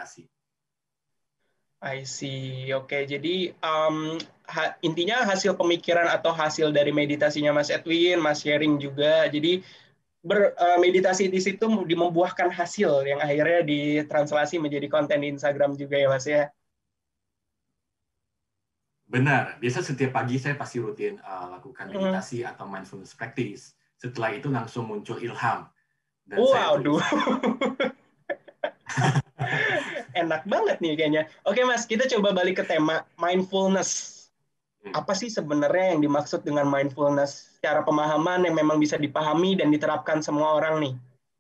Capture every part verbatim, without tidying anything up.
meditasi. I see. Oke, jadi um, ha, intinya hasil pemikiran atau hasil dari meditasinya Mas Edwin, Mas sharing juga. Jadi bermeditasi uh, di situ membuahkan hasil yang akhirnya ditranslasi menjadi konten di Instagram juga ya Mas ya. Benar. Biasa setiap pagi saya pasti rutin uh, lakukan meditasi Hmm. atau mindfulness practice. Setelah itu langsung muncul ilham dan saya Wow, duh. tulis. Enak banget nih kayaknya. Oke Mas, kita coba balik ke tema mindfulness. Apa sih sebenarnya yang dimaksud dengan mindfulness? Secara pemahaman yang memang bisa dipahami dan diterapkan semua orang nih.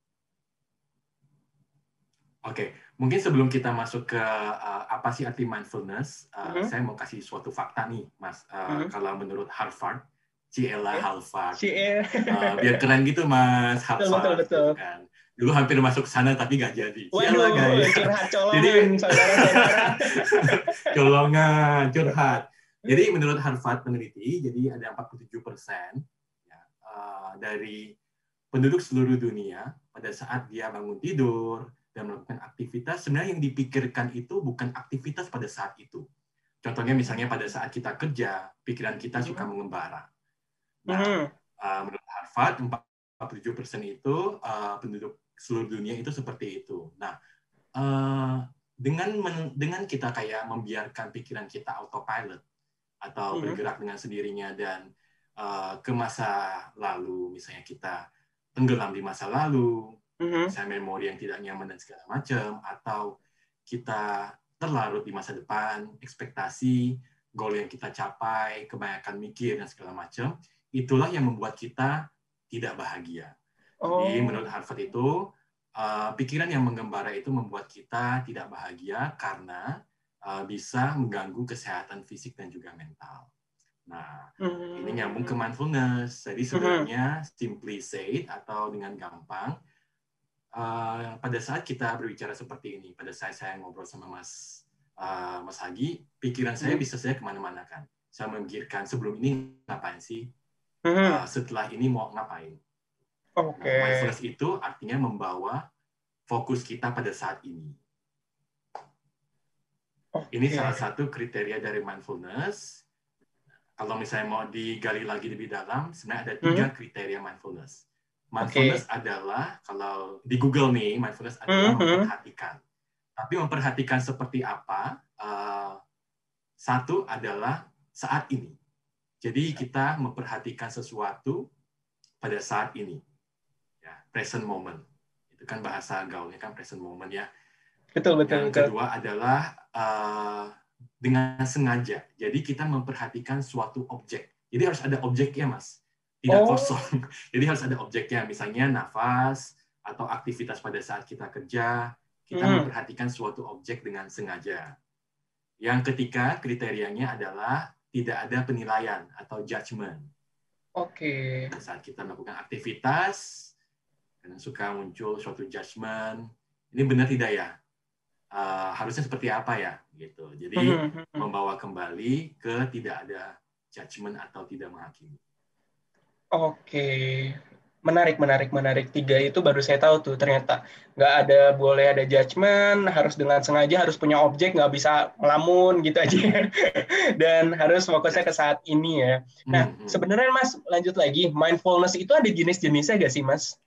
Oke, mungkin sebelum kita masuk ke uh, apa sih arti mindfulness, uh, Mm-hmm. saya mau kasih suatu fakta nih, Mas. Uh, Mm-hmm. Kalau menurut Harvard, Ciela Oke. Harvard, Si E. uh, biar keren gitu, Mas, Betul, betul, Harvard betul. gitu kan. Dulu hampir masuk sana tapi nggak jadi. Ciela Waduh, guys. curhat colongan, Jadi saudara-saudara. colongan, curhat. Jadi menurut Harvard peneliti, jadi ada empat puluh tujuh persen ya, uh, dari penduduk seluruh dunia pada saat dia bangun tidur dan melakukan aktivitas, sebenarnya yang dipikirkan itu bukan aktivitas pada saat itu. Contohnya misalnya pada saat kita kerja, pikiran kita suka mengembara. Nah, uh, menurut Harvard, empat puluh tujuh persen itu uh, penduduk seluruh dunia itu seperti itu. Nah, uh, dengan men, dengan kita kayak membiarkan pikiran kita autopilot atau bergerak dengan sendirinya dan uh, ke masa lalu, misalnya kita tenggelam di masa lalu, misalnya memori yang tidak nyaman dan segala macam, atau kita terlarut di masa depan, ekspektasi, goal yang kita capai, kebanyakan mikir dan segala macam, itulah yang membuat kita tidak bahagia. Jadi menurut Harvard itu, uh, pikiran yang mengembara itu membuat kita tidak bahagia karena uh, bisa mengganggu kesehatan fisik dan juga mental. Nah, ini nyambung ke mindfulness. Jadi sebenarnya simply said atau dengan gampang, uh, pada saat kita berbicara seperti ini, pada saat saya ngobrol sama Mas uh, Mas Hagi, pikiran saya bisa saya kemana-mana kan. Saya memikirkan sebelum ini ngapain sih, uh, setelah ini mau ngapain. Oke. Nah, mindfulness itu artinya membawa fokus kita pada saat ini. Ini salah satu kriteria dari mindfulness. Kalau misalnya mau digali lagi lebih dalam, sebenarnya ada tiga hmm. kriteria mindfulness. Mindfulness okay. adalah, kalau di Google nih, mindfulness adalah hmm. memperhatikan. Tapi memperhatikan seperti apa? Uh, satu adalah saat ini. Jadi kita memperhatikan sesuatu pada saat ini. Ya, present moment. Itu kan bahasa gaulnya kan present moment ya. Betul, betul. Yang betul. kedua adalah uh, dengan sengaja. Jadi kita memperhatikan suatu objek. Jadi harus ada objeknya, Mas. Tidak oh. kosong. Jadi harus ada objeknya. Misalnya nafas atau aktivitas pada saat kita kerja. Kita hmm. memperhatikan suatu objek dengan sengaja. Yang ketiga, kriterianya adalah tidak ada penilaian atau judgment. Oke. Okay. Pada saat kita melakukan aktivitas, kadang suka muncul suatu judgment. Ini benar tidak ya? Uh, harusnya seperti apa ya gitu. Jadi mm-hmm. membawa kembali ke tidak ada judgment atau tidak menghakimi. Oke, menarik, menarik, menarik. Tiga itu baru saya tahu tuh ternyata nggak ada boleh ada judgment, harus dengan sengaja, harus punya objek, nggak bisa ngelamun gitu aja. Dan harus fokusnya yes. ke saat ini ya. Nah, mm-hmm. sebenarnya Mas lanjut lagi, mindfulness itu ada jenis-jenisnya nggak sih Mas?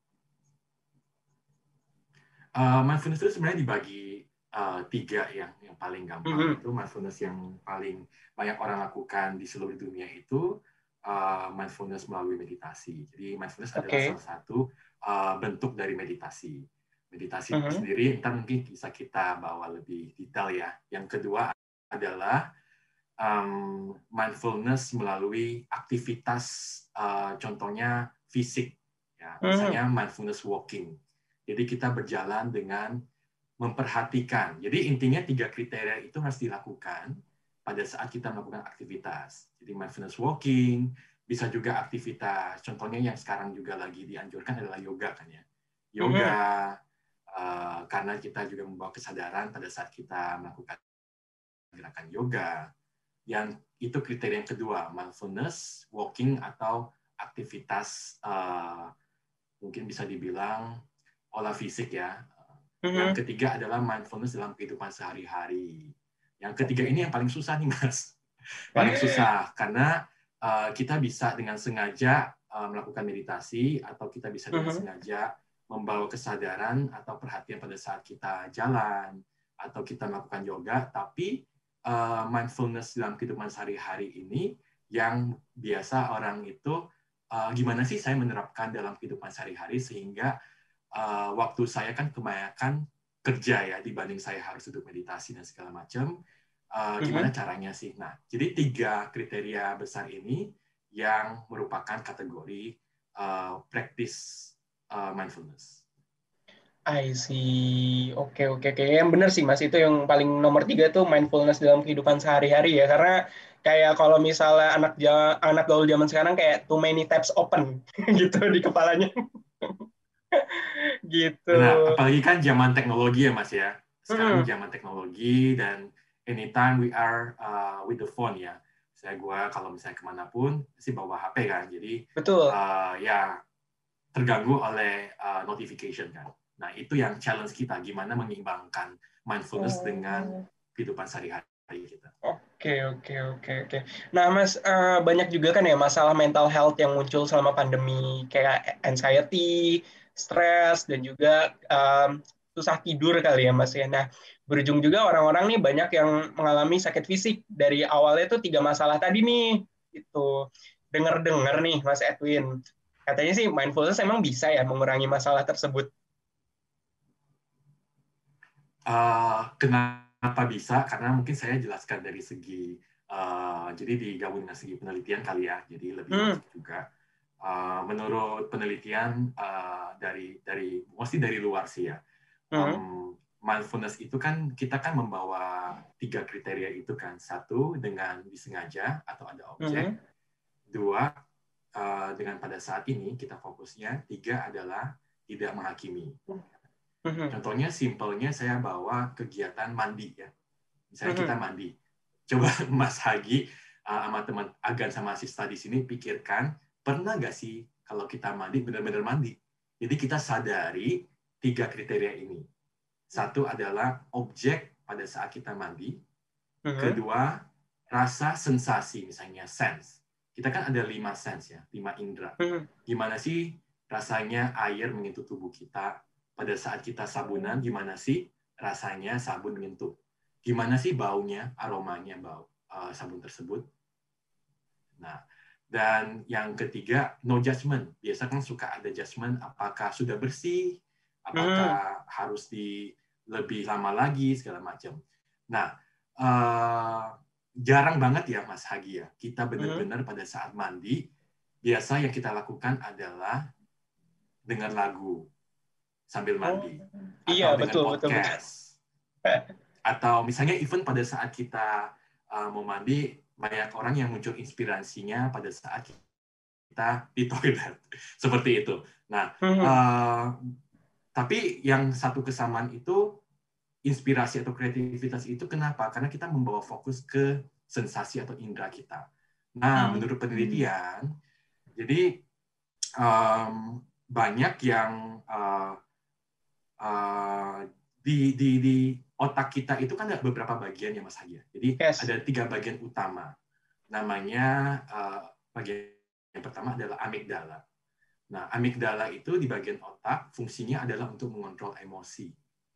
Uh, mindfulness itu sebenarnya dibagi Uh, tiga yang yang paling gampang mm-hmm. itu mindfulness yang paling banyak orang lakukan di seluruh dunia itu uh, mindfulness melalui meditasi. Jadi mindfulness okay. adalah salah satu uh, bentuk dari meditasi. Meditasi mm-hmm. sendiri ntar mungkin bisa kita bawa lebih detail ya. Yang kedua adalah um, mindfulness melalui aktivitas uh, contohnya fisik. Ya, misalnya mm-hmm. mindfulness walking. Jadi kita berjalan dengan memperhatikan. Jadi intinya tiga kriteria itu harus dilakukan pada saat kita melakukan aktivitas. Jadi mindfulness walking, bisa juga aktivitas. Contohnya yang sekarang juga lagi dianjurkan adalah yoga kan ya. Yoga, mm-hmm. uh, karena kita juga membawa kesadaran pada saat kita melakukan gerakan yoga. Yang itu kriteria yang kedua, mindfulness, walking atau aktivitas uh, mungkin bisa dibilang olah fisik ya. Mm-hmm. Yang ketiga adalah mindfulness dalam kehidupan sehari-hari. Yang ketiga ini yang paling susah nih, Mas. Paling susah karena uh, kita bisa dengan sengaja uh, melakukan meditasi, atau kita bisa dengan Mm-hmm. sengaja membawa kesadaran atau perhatian pada saat kita jalan atau kita melakukan yoga, tapi uh, mindfulness dalam kehidupan sehari-hari ini yang biasa orang itu uh, gimana sih saya menerapkan dalam kehidupan sehari-hari sehingga uh, waktu saya kan kebanyakan kerja ya dibanding saya harus duduk meditasi dan segala macam. Uh, gimana mm-hmm. caranya sih? Nah, jadi tiga kriteria besar ini yang merupakan kategori uh, practice uh, mindfulness. I see. Oke, oke, oke. Yang benar sih, Mas. Itu yang paling nomor tiga tuh mindfulness dalam kehidupan sehari-hari ya. Karena kayak kalau misalnya anak anak gaul zaman sekarang kayak too many tabs open gitu di kepalanya. Gitu. Benar. Apalagi kan zaman teknologi ya, Mas ya. Sekarang hmm. zaman teknologi dan anytime we are uh, with the phone ya. Saya gua kalau misalnya kemanapun sih bawa H P kan. Jadi betul. Uh, ya terganggu oleh uh, notification kan. Nah, itu yang challenge kita, gimana mengimbangkan mindfulness oh. dengan kehidupan sehari-hari kita. Oke, oke, oke, oke. Nah, Mas, uh, banyak juga kan ya masalah mental health yang muncul selama pandemi, kayak anxiety, stres, dan juga um, susah tidur kali ya, Mas ya. Nah, berujung juga orang-orang nih banyak yang mengalami sakit fisik. Dari awalnya tuh tiga masalah tadi nih. Itu dengar-dengar nih, Mas Edwin. Katanya sih mindfulness emang bisa ya mengurangi masalah tersebut. Uh, kenapa bisa? Karena mungkin saya jelaskan dari segi, uh, jadi digabung dengan segi penelitian kali ya, jadi lebih hmm. logik juga. Uh, menurut penelitian uh, dari dari mesti dari luar sih ya, um, hmm. mindfulness itu kan kita kan membawa tiga kriteria itu kan, satu dengan disengaja atau ada objek, hmm. dua uh, dengan pada saat ini kita fokusnya, tiga adalah tidak menghakimi. Mm-hmm. Contohnya simpelnya saya bawa kegiatan mandi ya. Misalnya mm-hmm. kita mandi. Coba Mas Hagi uh, sama teman Agan sama Sista di sini pikirkan, pernah nggak sih kalau kita mandi benar-benar mandi? Jadi kita sadari tiga kriteria ini. Satu adalah objek pada saat kita mandi. Mm-hmm. Kedua, rasa sensasi misalnya sense. Kita kan ada lima sense ya, lima indera. Mm-hmm. Gimana sih rasanya air menyentuh tubuh kita? Pada saat kita sabunan, gimana sih rasanya sabun menyentuh? Gimana sih baunya, aromanya bau uh, sabun tersebut? Nah, dan yang ketiga, no judgment. Biasa kan suka ada judgment, apakah sudah bersih, apakah hmm. harus di lebih lama lagi, segala macam. Nah, uh, jarang banget ya Mas Hagi ya, kita benar-benar hmm. pada saat mandi, biasa yang kita lakukan adalah dengar lagu sambil mandi, oh, atau iya, dengan betul, podcast, betul, betul. Atau misalnya even pada saat kita uh, mau mandi, banyak orang yang muncul inspirasinya pada saat kita di toilet, seperti itu. Nah, mm-hmm. uh, tapi yang satu kesamaan itu, inspirasi atau kreativitas itu kenapa? Karena kita membawa fokus ke sensasi atau indera kita. Nah, mm-hmm. menurut penelitian, jadi um, banyak yang uh, Uh, di, di, di otak kita itu kan ada beberapa bagian ya Mas Hagi. Jadi yes. ada tiga bagian utama. Namanya uh, bagian yang pertama adalah amigdala. Nah, amigdala itu di bagian otak fungsinya adalah untuk mengontrol emosi.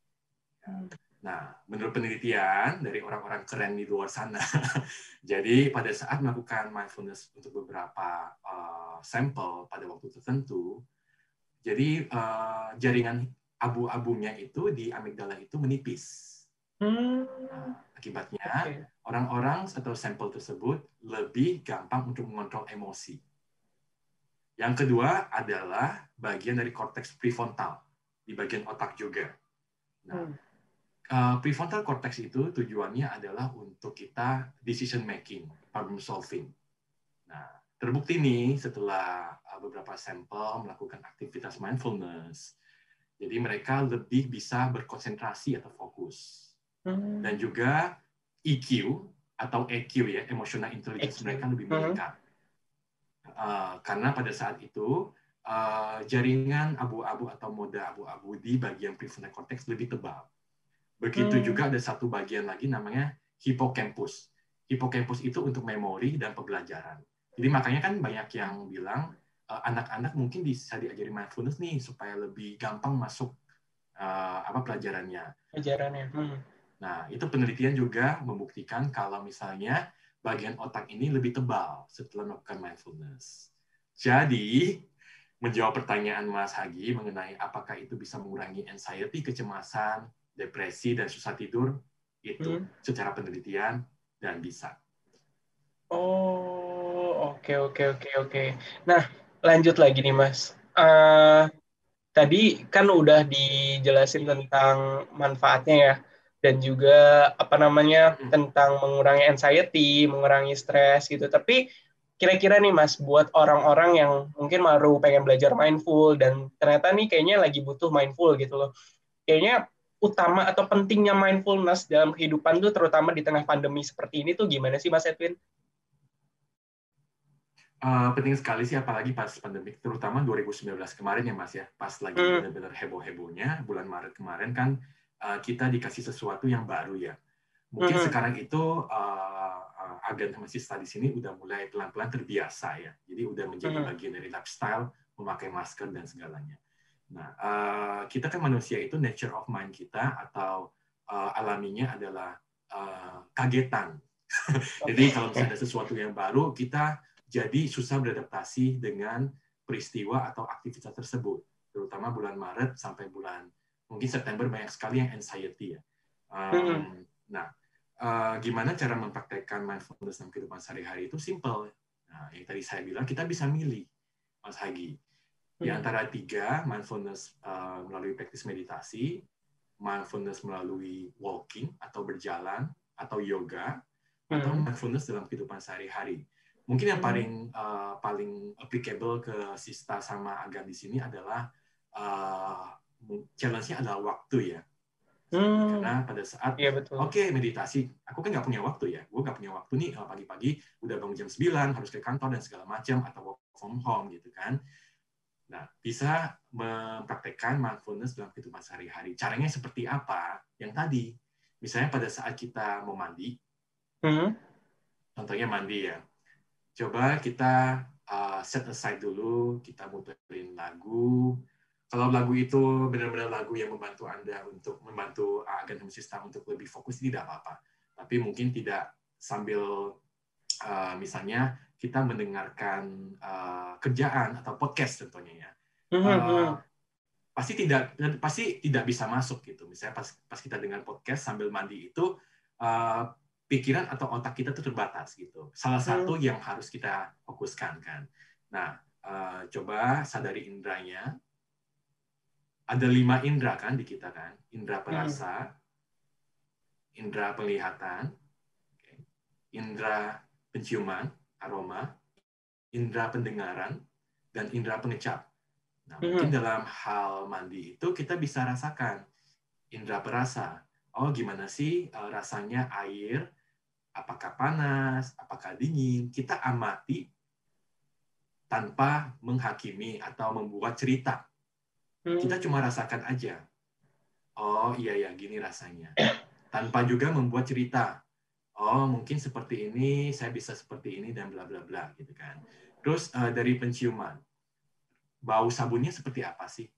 Nah, menurut penelitian dari orang-orang keren di luar sana, jadi pada saat melakukan mindfulness untuk beberapa uh, sampel pada waktu tertentu, jadi uh, jaringan abu-abunya itu di amigdala itu menipis. Hmm. Nah, akibatnya okay. orang-orang atau sampel tersebut lebih gampang untuk mengontrol emosi. Yang kedua adalah bagian dari korteks prefrontal di bagian otak juga. Nah, hmm. uh, prefrontal cortex itu tujuannya adalah untuk kita decision making, problem solving. Nah, terbukti nih setelah beberapa sampel melakukan aktivitas mindfulness. Jadi mereka lebih bisa berkonsentrasi atau fokus. Hmm. Dan juga E Q atau E Q ya, emotional intelligence mereka lebih meningkat. Hmm. Uh, karena pada saat itu uh, jaringan abu-abu atau moda abu-abu di bagian prefrontal cortex lebih tebal. Begitu hmm. juga ada satu bagian lagi namanya hippocampus. Hippocampus itu untuk memori dan pembelajaran. Jadi makanya kan banyak yang bilang uh, anak-anak mungkin bisa diajari mindfulness nih supaya lebih gampang masuk uh, apa pelajarannya. Pelajarannya. Hmm. Nah, itu penelitian juga membuktikan kalau misalnya bagian otak ini lebih tebal setelah melakukan mindfulness. Jadi, menjawab pertanyaan Mas Hagi mengenai apakah itu bisa mengurangi anxiety, kecemasan, depresi, dan susah tidur, itu hmm. secara penelitian dan bisa. Oh, oke, oke, oke, oke. Nah, lanjut lagi nih, Mas. Uh, tadi kan udah dijelasin tentang manfaatnya ya, dan juga apa namanya tentang mengurangi anxiety, mengurangi stres gitu. Tapi kira-kira nih Mas, buat orang-orang yang mungkin baru pengen belajar mindful dan ternyata nih kayaknya lagi butuh mindful gitu loh. Kayaknya utama atau pentingnya mindfulness dalam kehidupan tuh terutama di tengah pandemi seperti ini tuh gimana sih Mas Edwin? Uh, penting sekali sih, apalagi pas pandemi, terutama dua ribu sembilan belas kemarin ya Mas ya, pas lagi hmm. benar-benar heboh-hebohnya, bulan Maret kemarin kan uh, kita dikasih sesuatu yang baru ya. Mungkin hmm. sekarang itu uh, uh, agen masista di sini udah mulai pelan-pelan terbiasa ya, jadi udah menjadi hmm. bagian dari lifestyle, memakai masker dan segalanya. Nah, uh, kita kan manusia itu nature of mind kita atau uh, alaminya adalah uh, kagetan. Jadi kalau misalnya ada sesuatu yang baru, kita jadi susah beradaptasi dengan peristiwa atau aktivitas tersebut, terutama bulan Maret sampai bulan mungkin September banyak sekali yang anxiety ya. Um, mm-hmm. Nah, uh, gimana cara mempraktekkan mindfulness dalam kehidupan sehari-hari itu simple. Nah, yang tadi saya bilang kita bisa milih, Mas Hagi, di antara tiga mindfulness uh, melalui praktis meditasi, mindfulness melalui walking atau berjalan atau yoga, mm-hmm. atau mindfulness dalam kehidupan sehari-hari. Mungkin yang paling uh, paling applicable ke Sista sama Agan di sini adalah uh, challenge-nya adalah waktu ya. Hmm. Karena pada saat ya, oke okay, meditasi, aku kan nggak punya waktu ya. Gue nggak punya waktu nih pagi-pagi udah bangun jam sembilan harus ke kantor dan segala macam atau work from home gitu kan. Nah, bisa mempraktekkan mindfulness dalam kehidupan sehari-hari. Caranya seperti apa? Yang tadi, misalnya pada saat kita mau mandi, hmm. contohnya mandi ya. Coba kita uh, set aside dulu, kita muterin lagu. Kalau lagu itu benar-benar lagu yang membantu Anda untuk membantu agen sistem untuk lebih fokus, tidak apa-apa. Tapi mungkin tidak sambil uh, misalnya kita mendengarkan uh, kerjaan atau podcast contohnya ya. Uh, pasti tidak pasti tidak bisa masuk gitu. Misalnya pas pas kita dengar podcast sambil mandi itu uh, pikiran atau otak kita itu terbatas gitu. Salah satu hmm. yang harus kita fokuskan kan. Nah, uh, coba sadari indranya. Ada lima indera kan di kita kan. Indera perasa, hmm. indera penglihatan, okay. indera penciuman, aroma, indera pendengaran, dan indera pengecap. Nah, hmm. mungkin dalam hal mandi itu kita bisa rasakan indera perasa. Oh, gimana sih uh, rasanya air? Apakah panas, apakah dingin, kita amati tanpa menghakimi atau membuat cerita. Hmm. Kita cuma rasakan aja. Oh iya ya, gini rasanya. Tanpa juga membuat cerita. Oh mungkin seperti ini, saya bisa seperti ini dan bla bla bla gitu kan. Terus uh, dari penciuman, bau sabunnya seperti apa sih?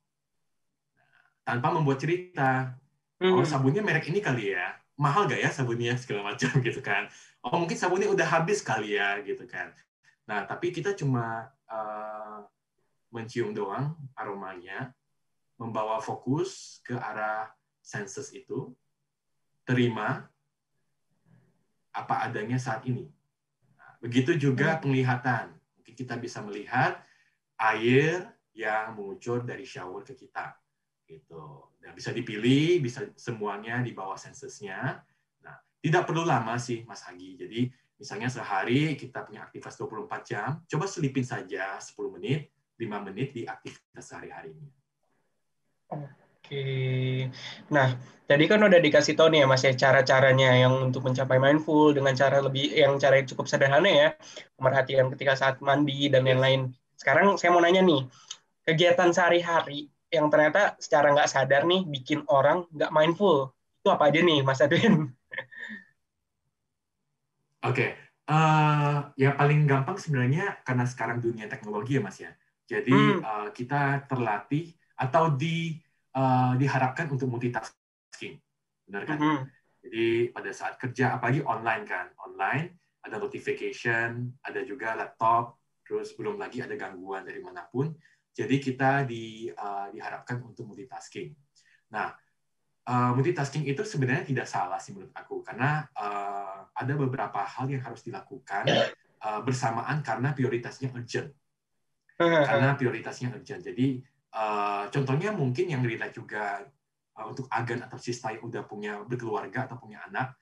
Tanpa membuat cerita. Oh sabunnya merek ini kali ya. Mahal gak ya sabunnya segala macam gitu kan. Oh mungkin sabunnya udah habis kali ya gitu kan. Nah tapi kita cuma uh, mencium doang aromanya, membawa fokus ke arah senses itu, terima apa adanya saat ini. Nah, begitu juga penglihatan. Mungkin kita bisa melihat air yang mengucur dari shower ke kita. Gitu. Dan bisa dipilih, bisa semuanya di bawah sensesnya. Nah, tidak perlu lama sih, Mas Hagi. Jadi, misalnya sehari kita punya aktivitas dua puluh empat jam, coba selipin saja sepuluh menit, lima menit di aktivitas sehari-harinya. Oke. Nah, tadi kan udah dikasih tahu nih ya, Mas, ya, cara-caranya yang untuk mencapai mindful dengan cara lebih, yang cara yang cukup sederhana ya, pemerhatian ketika saat mandi dan Yes. lain-lain. Sekarang saya mau nanya nih, kegiatan sehari-hari yang ternyata secara nggak sadar nih bikin orang nggak mindful. Itu apa aja nih, Mas Edwin? Oke, eh, yang paling gampang sebenarnya karena sekarang dunia teknologi ya Mas ya. Jadi Hmm. eh, kita terlatih atau di eh, diharapkan untuk multitasking, benar kan? Hmm. Jadi pada saat kerja, apalagi online kan, online ada notification, ada juga laptop, terus belum lagi ada gangguan dari manapun. Jadi kita di, uh, diharapkan untuk multitasking. Nah, uh, multitasking itu sebenarnya tidak salah sih menurut aku, karena uh, ada beberapa hal yang harus dilakukan uh, bersamaan karena prioritasnya urgent. Karena prioritasnya urgent. Jadi uh, contohnya mungkin yang relate juga uh, untuk agen atau sista yang udah punya berkeluarga atau punya anak,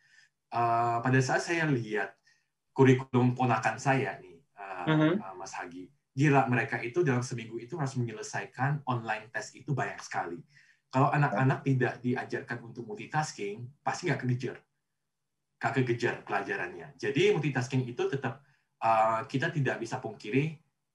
uh, pada saat saya lihat kurikulum ponakan saya nih, uh, Hmm. uh, Mas Hagi, gila mereka itu dalam seminggu itu harus menyelesaikan online test itu banyak sekali. Kalau anak-anak tidak diajarkan untuk multitasking, pasti nggak kekejar, nggak kekejar pelajarannya. Jadi multitasking itu tetap uh, kita tidak bisa pungkiri,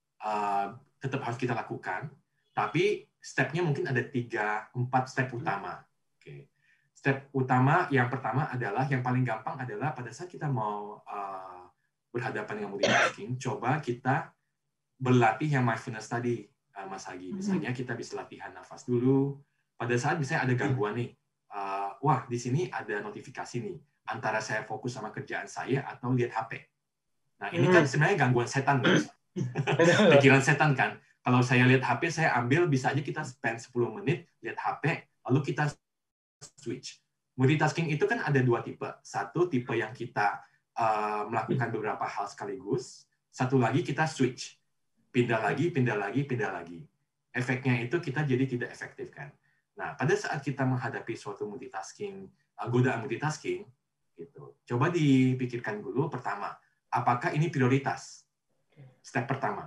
uh, tetap harus kita lakukan, tapi stepnya mungkin ada tiga, empat step utama. Oke. Step utama yang pertama adalah, yang paling gampang adalah pada saat kita mau uh, berhadapan dengan multitasking, coba kita berlatih yang mindfulness tadi, uh, Mas Hagi. Misalnya kita bisa latihan nafas dulu. Pada saat misalnya ada gangguan nih, uh, wah di sini ada notifikasi nih, antara saya fokus sama kerjaan saya atau lihat H P. Nah ini kan sebenarnya gangguan setan, Mas. Pikiran setan kan. Kalau saya lihat H P, saya ambil, bisa aja kita spend sepuluh menit lihat H P, lalu kita switch. Multitasking itu kan ada dua tipe. Satu tipe yang kita uh, melakukan beberapa hal sekaligus. Satu lagi kita switch. Pindah lagi, pindah lagi, pindah lagi. Efeknya itu kita jadi tidak efektif kan. Nah, pada saat kita menghadapi suatu multitasking, uh, godaan multitasking, gitu. Coba dipikirkan dulu pertama, apakah ini prioritas? Step pertama,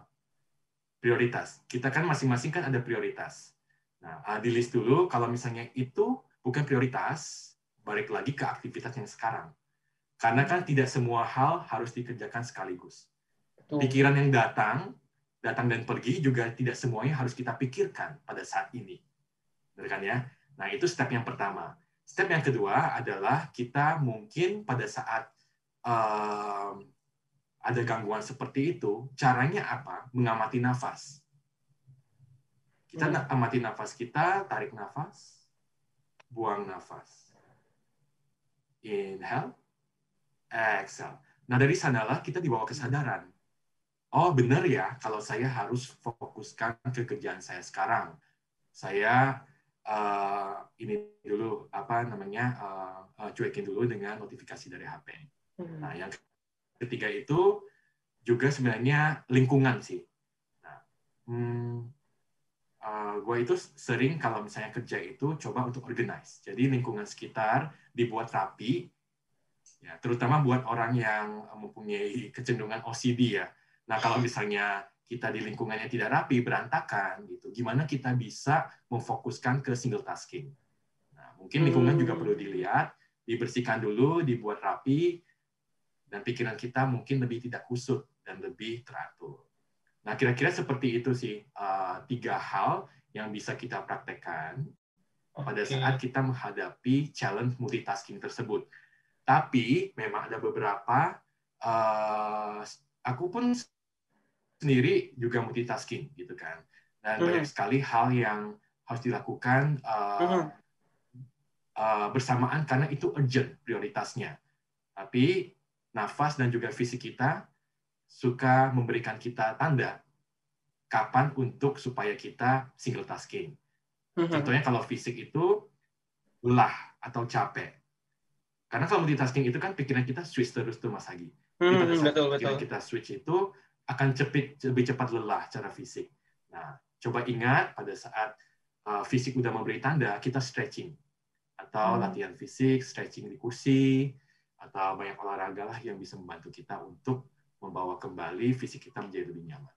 prioritas. Kita kan masing-masing kan ada prioritas. Nah, di list dulu, kalau misalnya itu bukan prioritas, balik lagi ke aktivitas yang sekarang. Karena kan tidak semua hal harus dikerjakan sekaligus. Pikiran yang datang, datang dan pergi juga tidak semuanya harus kita pikirkan pada saat ini. Benar kan ya? Nah, itu step yang pertama. Step yang kedua adalah kita mungkin pada saat um, ada gangguan seperti itu, caranya apa? Mengamati nafas. Kita hmm. amati nafas kita, tarik nafas, buang nafas. Inhale, exhale. Nah, dari sanalah kita dibawa kesadaran. Oh, benar ya, kalau saya harus fokuskan ke kerjaan saya sekarang. Saya uh, ini dulu, apa namanya, uh, uh, cuekin dulu dengan notifikasi dari H P. Hmm. Nah, yang ketiga itu juga sebenarnya lingkungan sih. Nah, hmm, uh, gue itu sering kalau misalnya kerja itu coba untuk organize. Jadi lingkungan sekitar dibuat rapi, ya, terutama buat orang yang mempunyai kecenderungan O C D ya. Nah, kalau misalnya kita di lingkungannya tidak rapi, berantakan, gitu, gimana kita bisa memfokuskan ke single tasking? Nah, mungkin lingkungan hmm. juga perlu dilihat, dibersihkan dulu, dibuat rapi, dan pikiran kita mungkin lebih tidak kusut dan lebih teratur. Nah, kira-kira seperti itu sih, uh, tiga hal yang bisa kita praktekkan pada okay. saat kita menghadapi challenge multitasking tersebut. Tapi memang ada beberapa, uh, aku pun sendiri juga multitasking, gitu kan. Dan mm-hmm. banyak sekali hal yang harus dilakukan uh, mm-hmm. uh, bersamaan karena itu urgent prioritasnya. Tapi nafas dan juga fisik kita suka memberikan kita tanda kapan untuk supaya kita single tasking. Mm-hmm. Contohnya kalau fisik itu lelah atau capek. Karena kalau multitasking itu kan pikiran kita switch terus tuh Mas Hagi. Jadi pada saat betul, pikiran betul. kita switch itu akan cepet, lebih cepat lelah secara fisik. Nah, coba ingat pada saat uh, fisik udah memberi tanda, kita stretching. Atau hmm. latihan fisik, stretching di kursi, atau banyak olahraga lah yang bisa membantu kita untuk membawa kembali fisik kita menjadi lebih nyaman.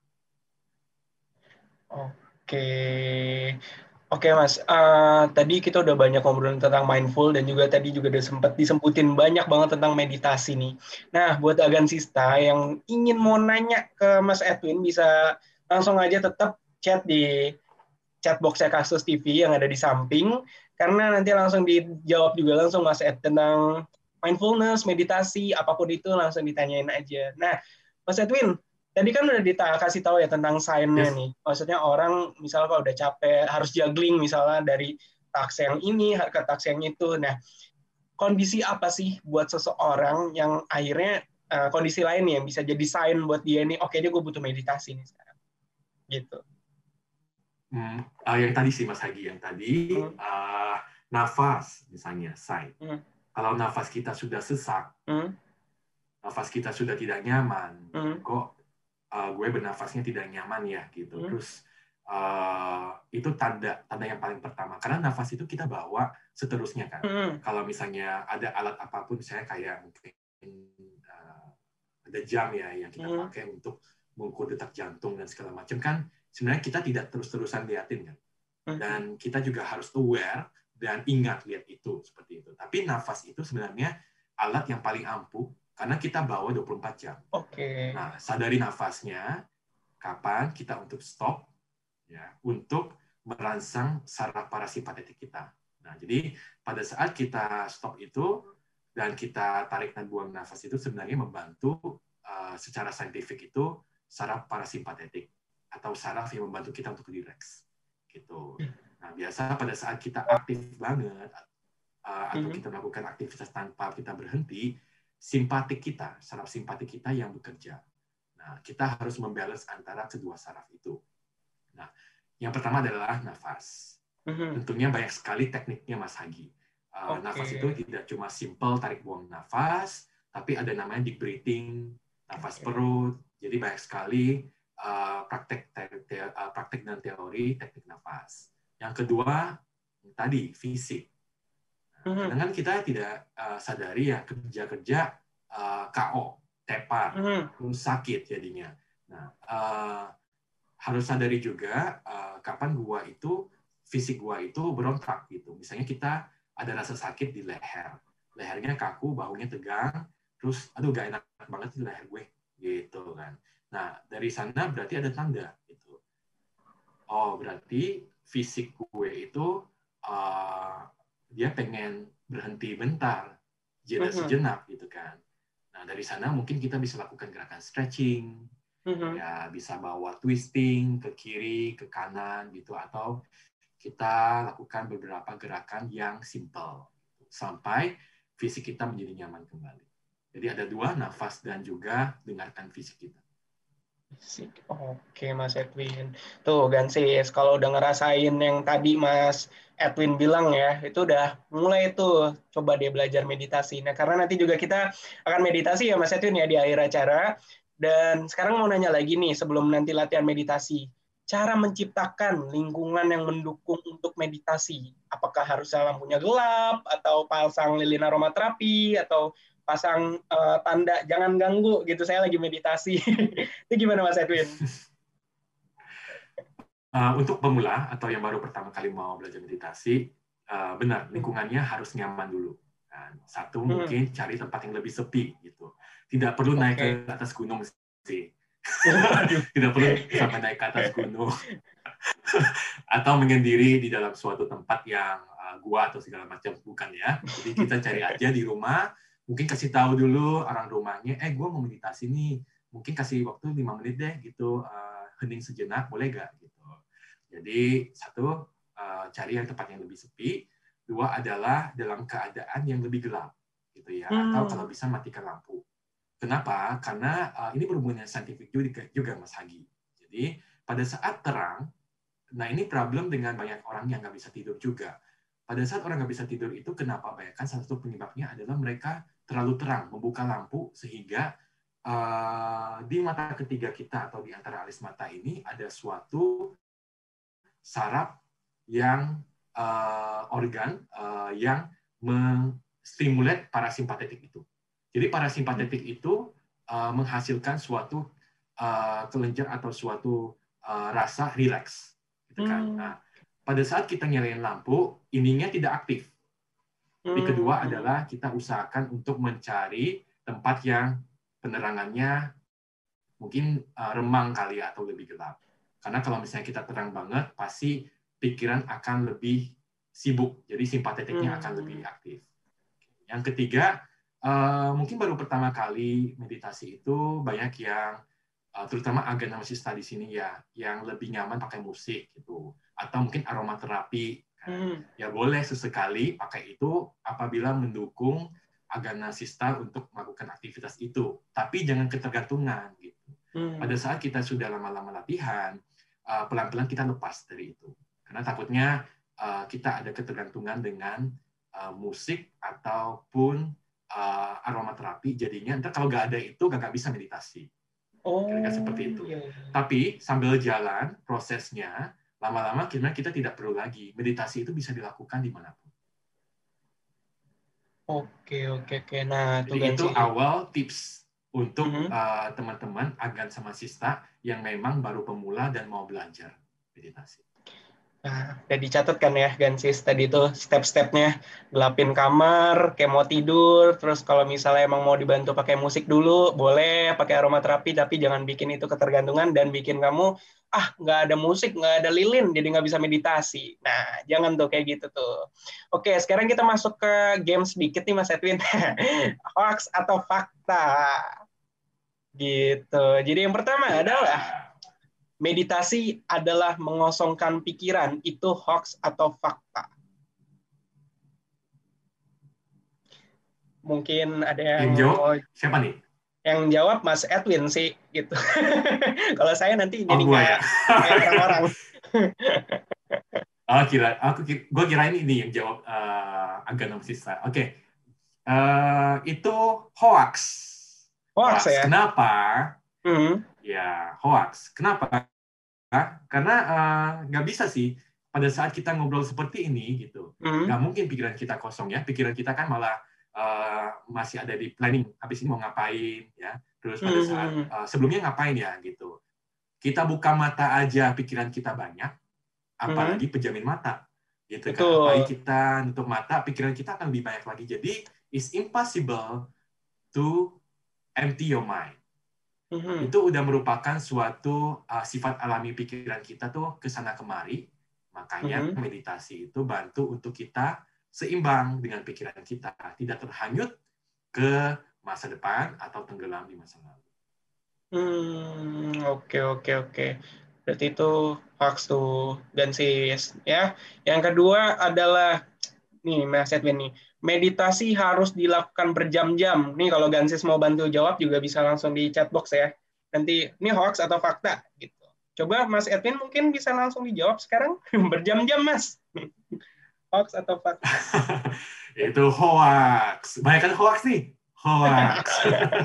Oke, oke Mas. Uh, tadi kita udah banyak ngobrolin tentang mindful dan juga tadi juga udah sempat disemputin banyak banget tentang meditasi nih. Nah, buat Agan Sista yang ingin mau nanya ke Mas Edwin bisa langsung aja tetap chat di chatbox-nya Kasus T V yang ada di samping, karena nanti langsung dijawab juga langsung Mas Ed tentang mindfulness, meditasi, apapun itu langsung ditanyain aja. Nah, Mas Edwin, tadi kan udah dikasih tahu ya tentang sign-nya Yes. nih. Maksudnya orang misalnya kalau udah capek harus juggling misalnya dari taks yang ini ke taks yang itu. Nah, kondisi apa sih buat seseorang yang akhirnya uh, kondisi lain yang bisa jadi sign buat dia nih, oke okay, dia gue butuh meditasi nih sekarang, gitu. Hmm, uh, yang tadi sih Mas Hagi, yang tadi hmm. uh, nafas misalnya sign. Hmm. Kalau nafas kita sudah sesak, hmm. nafas kita sudah tidak nyaman, hmm. kok uh, gue bernafasnya tidak nyaman ya gitu. Hmm. Terus uh, itu tanda tanda yang paling pertama, karena nafas itu kita bawa seterusnya kan. Hmm. Kalau misalnya ada alat apapun, saya kayak mungkin uh, ada jam ya yang kita hmm. pakai untuk mengukur detak jantung dan segala macam kan, sebenarnya kita tidak terus-terusan liatin kan. Dan kita juga harus aware dan ingat lihat itu seperti itu. Tapi nafas itu sebenarnya alat yang paling ampuh karena kita bawa dua puluh empat jam. Oke. Okay. Nah, sadari nafasnya, kapan kita untuk stop, ya, untuk merangsang saraf parasimpatetik kita. Nah, jadi pada saat kita stop itu dan kita tarik dan buang nafas itu sebenarnya membantu uh, secara saintifik itu saraf parasimpatetik atau saraf yang membantu kita untuk rileks, gitu. Nah, biasa pada saat kita aktif banget uh, atau kita melakukan aktivitas tanpa kita berhenti, simpatik kita, saraf simpatik kita yang bekerja. Nah, kita harus membalance antara kedua saraf itu. Nah, yang pertama adalah nafas. Tentunya banyak sekali tekniknya, Mas Hagi. Uh, okay. Nafas itu tidak cuma simple tarik buang nafas, tapi ada namanya deep breathing, nafas okay. perut. Jadi banyak sekali uh, praktek te te uh, praktek dan teori teknik nafas. Yang kedua, tadi fisik. Nah, kadang-kadang kita tidak uh, sadari ya kerja-kerja uh, K O, tepar, mm-hmm. sakit jadinya. Nah, uh, harus sadari juga uh, kapan gua itu fisik gua itu berontak gitu. Misalnya kita ada rasa sakit di leher, lehernya kaku, bahunya tegang, terus aduh gak enak banget di leher gue, gitu kan. Nah dari sana berarti ada tanda gitu. Oh berarti fisik gue itu uh, dia pengen berhenti bentar, jeda sejenak gitu kan. Nah dari sana mungkin kita bisa lakukan gerakan stretching, mm-hmm. ya bisa bawa twisting ke kiri, ke kanan gitu, atau kita lakukan beberapa gerakan yang simple sampai fisik kita menjadi nyaman kembali. Jadi ada dua, nafas dan juga dengarkan fisik kita. Fisik, oke Mas Edwin. Tuh Gansis, kalau udah ngerasain yang tadi Mas Edwin bilang ya, itu udah mulai tuh coba dia belajar meditasi. Nah karena nanti juga kita akan meditasi ya Mas Edwin ya di akhir acara. Dan sekarang mau nanya lagi nih sebelum nanti latihan meditasi. Cara menciptakan lingkungan yang mendukung untuk meditasi. Apakah harusnya lampunya gelap, atau pasang lilin aromaterapi, atau pasang uh, tanda jangan ganggu gitu, saya lagi meditasi. Itu gimana Mas Edwin? Uh, untuk pemula atau yang baru pertama kali mau belajar meditasi, uh, benar, lingkungannya hmm. harus nyaman dulu. Nah, satu, hmm. mungkin cari tempat yang lebih sepi. Gitu. Tidak perlu okay. naik ke atas gunung sih. Tidak perlu sampai naik ke atas gunung atau menyendiri di dalam suatu tempat yang uh, gua atau segala macam, bukan ya. Jadi kita cari aja di rumah, mungkin kasih tahu dulu orang rumahnya, eh gua mau meditasi nih, mungkin kasih waktu lima menit deh gitu, uh, hening sejenak, boleh gak gitu. Jadi satu, uh, cari yang tempat yang lebih sepi. Dua adalah dalam keadaan yang lebih gelap gitu ya, hmm. atau kalau bisa matikan lampu. Kenapa? Karena uh, ini berhubungan saintifik juga, juga, Mas Hagi. Jadi, pada saat terang, nah ini problem dengan banyak orang yang nggak bisa tidur juga. Pada saat orang nggak bisa tidur itu, kenapa? Kan salah satu penyebabnya adalah mereka terlalu terang, membuka lampu, sehingga uh, di mata ketiga kita atau di antara alis mata ini ada suatu saraf yang uh, organ uh, yang menstimulat parasimpatetik itu. Jadi parasimpatetik itu uh, menghasilkan suatu uh, kelenjar atau suatu uh, rasa rileks, gitu kan. Hmm. Nah, pada saat kita nyalain lampu, ininya tidak aktif. Jadi kedua adalah kita usahakan untuk mencari tempat yang penerangannya mungkin uh, remang kali atau lebih gelap. Karena kalau misalnya kita terang banget, pasti pikiran akan lebih sibuk, jadi simpatetiknya Hmm. akan lebih aktif. Yang ketiga, uh, mungkin baru pertama kali meditasi itu banyak yang, uh, terutama agenesis di sini ya, yang lebih nyaman pakai musik gitu, atau mungkin aromaterapi. Kan. Hmm. Ya boleh sesekali pakai itu apabila mendukung aganasista untuk melakukan aktivitas itu, tapi jangan ketergantungan gitu. Hmm. Pada saat kita sudah lama-lama latihan, uh, pelan-pelan kita lepas dari itu, karena takutnya uh, kita ada ketergantungan dengan uh, musik ataupun uh, aromaterapi, jadinya ntar kalau nggak ada itu nggak bisa meditasi. Oh, kira-kira seperti itu. iya. Tapi sambil jalan prosesnya, lama-lama kita kita tidak perlu lagi. Meditasi itu bisa dilakukan dimanapun. Oke, oke, oke. Nah, Jadi kan itu sih. awal tips untuk Mm-hmm. uh, teman-teman agan sama sista yang memang baru pemula dan mau belajar meditasi. Nah, udah dicatat kan ya, Gansis, tadi itu step-stepnya. Gelapin kamar, kayak mau tidur, terus kalau misalnya emang mau dibantu pakai musik dulu, boleh pakai aromaterapi, tapi jangan bikin itu ketergantungan dan bikin kamu, ah, nggak ada musik, nggak ada lilin, jadi nggak bisa meditasi. Nah, jangan tuh kayak gitu tuh. Oke, sekarang kita masuk ke game sedikit nih, Mas Edwin. Hoax atau fakta? Gitu. Jadi yang pertama Ya. adalah, meditasi adalah mengosongkan pikiran, itu hoax atau fakta? Mungkin ada yang Yang jawab mau, siapa nih? yang jawab Mas Edwin sih gitu. Kalau saya nanti Oh, jadi gua nggak ya. kayak orang-orang. Oh, kira aku gue kirain ini yang jawab uh, agan sista. Oke. Okay. Uh, itu hoax. Hoax Hoax. ya? Kenapa? Hmm. Ya, hoax. Kenapa? Karena uh, nggak bisa sih pada saat kita ngobrol seperti ini gitu. Hmm. Nggak mungkin pikiran kita kosong ya. Pikiran kita kan malah uh, masih ada di planning. Habis ini mau ngapain ya. Terus pada saat uh, sebelumnya ngapain ya gitu. Kita buka mata aja pikiran kita banyak, apalagi Hmm. pejamin mata. Gitu kan. Betul. Apalagi kita nutup mata, pikiran kita akan lebih banyak lagi. Jadi it's impossible to empty your mind. Hmm. Itu udah merupakan suatu uh, sifat alami pikiran kita tuh kesana kemari. Makanya Hmm. meditasi itu bantu untuk kita seimbang dengan pikiran kita, tidak terhanyut ke masa depan atau tenggelam di masa lalu. Hmm, oke, oke, oke. Berarti itu hoax tuh, Gansis. Ya. Yang kedua adalah, nih Mas Edwin nih, meditasi harus dilakukan berjam-jam. Nih kalau Gansis mau bantu jawab juga bisa langsung di chat box ya. Nanti ini hoax atau fakta gitu. Coba Mas Edwin mungkin bisa langsung dijawab sekarang. Berjam-jam Mas. Hoax atau fakta? Itu hoax. Banyak kan hoax nih. Hoax.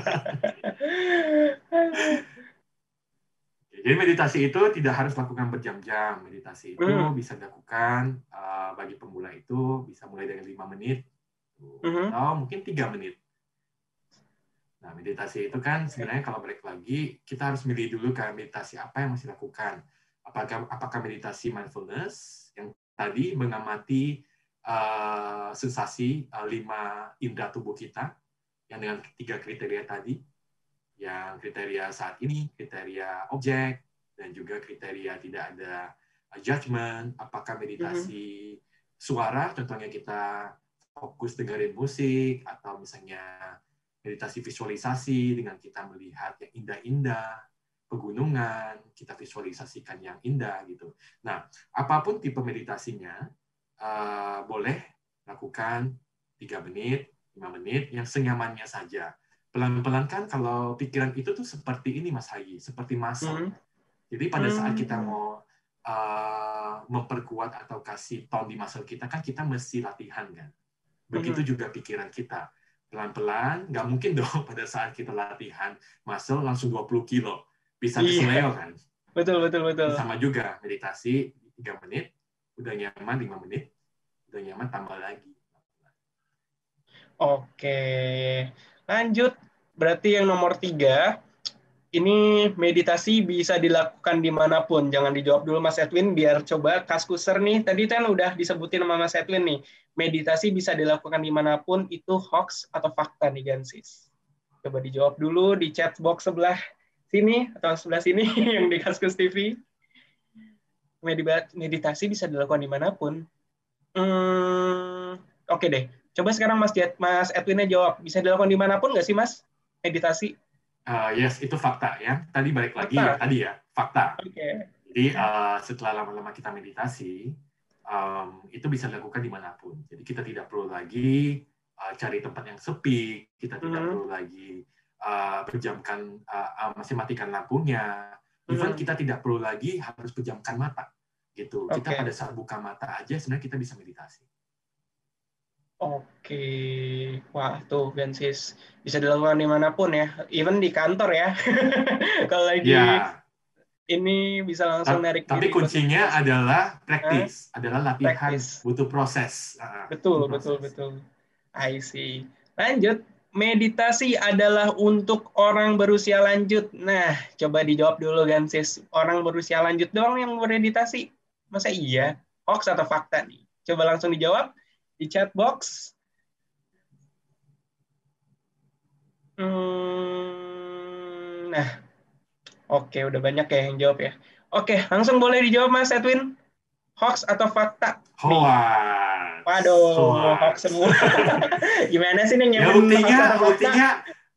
Jadi meditasi itu tidak harus lakukan berjam-jam. Meditasi itu Hmm. bisa dilakukan uh, bagi pemula itu bisa mulai dari lima menit Hmm. atau mungkin tiga menit. Nah, meditasi itu kan sebenarnya kalau balik lagi, kita harus milih dulu kan meditasi apa yang masih lakukan. Apakah apakah meditasi mindfulness yang tadi mengamati uh, sensasi uh, lima indera tubuh kita yang dengan tiga kriteria tadi, yang kriteria saat ini, kriteria objek, dan juga kriteria tidak ada judgment. Apakah meditasi suara, contohnya kita fokus dengerin musik, atau misalnya meditasi visualisasi dengan kita melihat yang indah-indah, pegunungan, kita visualisasikan yang indah gitu. Nah, apapun tipe meditasinya, uh, boleh lakukan tiga menit, lima menit, yang senyamannya saja. Pelan-pelan kan kalau pikiran itu tuh seperti ini Mas Hayi, seperti muscle. Hmm. Jadi pada saat kita mau uh, memperkuat atau kasih tone di muscle kita, kan kita mesti latihan kan. Begitu Hmm. juga pikiran kita. Pelan-pelan, nggak mungkin dong pada saat kita latihan muscle langsung dua puluh kilo. Bisa keseleo kan? Betul, betul, betul. Sama juga, meditasi tiga menit, udah nyaman lima menit, udah nyaman tambah lagi. Oke, lanjut. Berarti yang nomor tiga, ini meditasi bisa dilakukan dimanapun. Jangan dijawab dulu Mas Edwin, biar coba Kaskuser nih. Tadi kan udah disebutin sama Mas Edwin nih. Meditasi bisa dilakukan dimanapun, itu hoax atau fakta nih Gansis? Coba dijawab dulu di chat box sebelah sini atau sebelah sini yang di Kaskus T V. meditasi bisa dilakukan dimanapun. Hmm, oke okay deh. Coba sekarang Mas Mas Edwinnya jawab. Bisa dilakukan dimanapun nggak sih Mas meditasi? Uh, yes, itu fakta ya. Tadi balik lagi ya, Fakta. tadi ya, fakta. Oke. Okay. Jadi uh, setelah lama-lama kita meditasi, um, itu bisa dilakukan dimanapun. Jadi kita tidak perlu lagi uh, cari tempat yang sepi, kita tidak mm-hmm. perlu lagi uh, pejamkan, uh, masih matikan lampunya. Even mm-hmm. kita tidak perlu lagi harus pejamkan mata. Gitu. Okay. Kita pada saat buka mata aja sebenarnya kita bisa meditasi. Oke, wah tuh Gansis bisa dilakukan dimanapun ya, even di kantor ya. Kalau lagi ya. Ini bisa langsung narik. Tapi kuncinya buat... adalah praktis, huh? adalah latihan, practice. Butuh proses. Betul, butuh betul, proses. betul. I see. Lanjut, meditasi adalah untuk orang berusia lanjut. Nah, coba dijawab dulu Gansis. Orang berusia lanjut doang yang meditasi? Masa iya? Hoax atau fakta nih? Coba langsung dijawab di chat box. Hmm, nah, oke, udah banyak ya yang jawab ya. Oke, langsung boleh dijawab Mas Edwin. Hoax atau fakta? Hoax. Waduh, hoax, hoax semua. Gimana sih nih ya, buktinya, buktinya.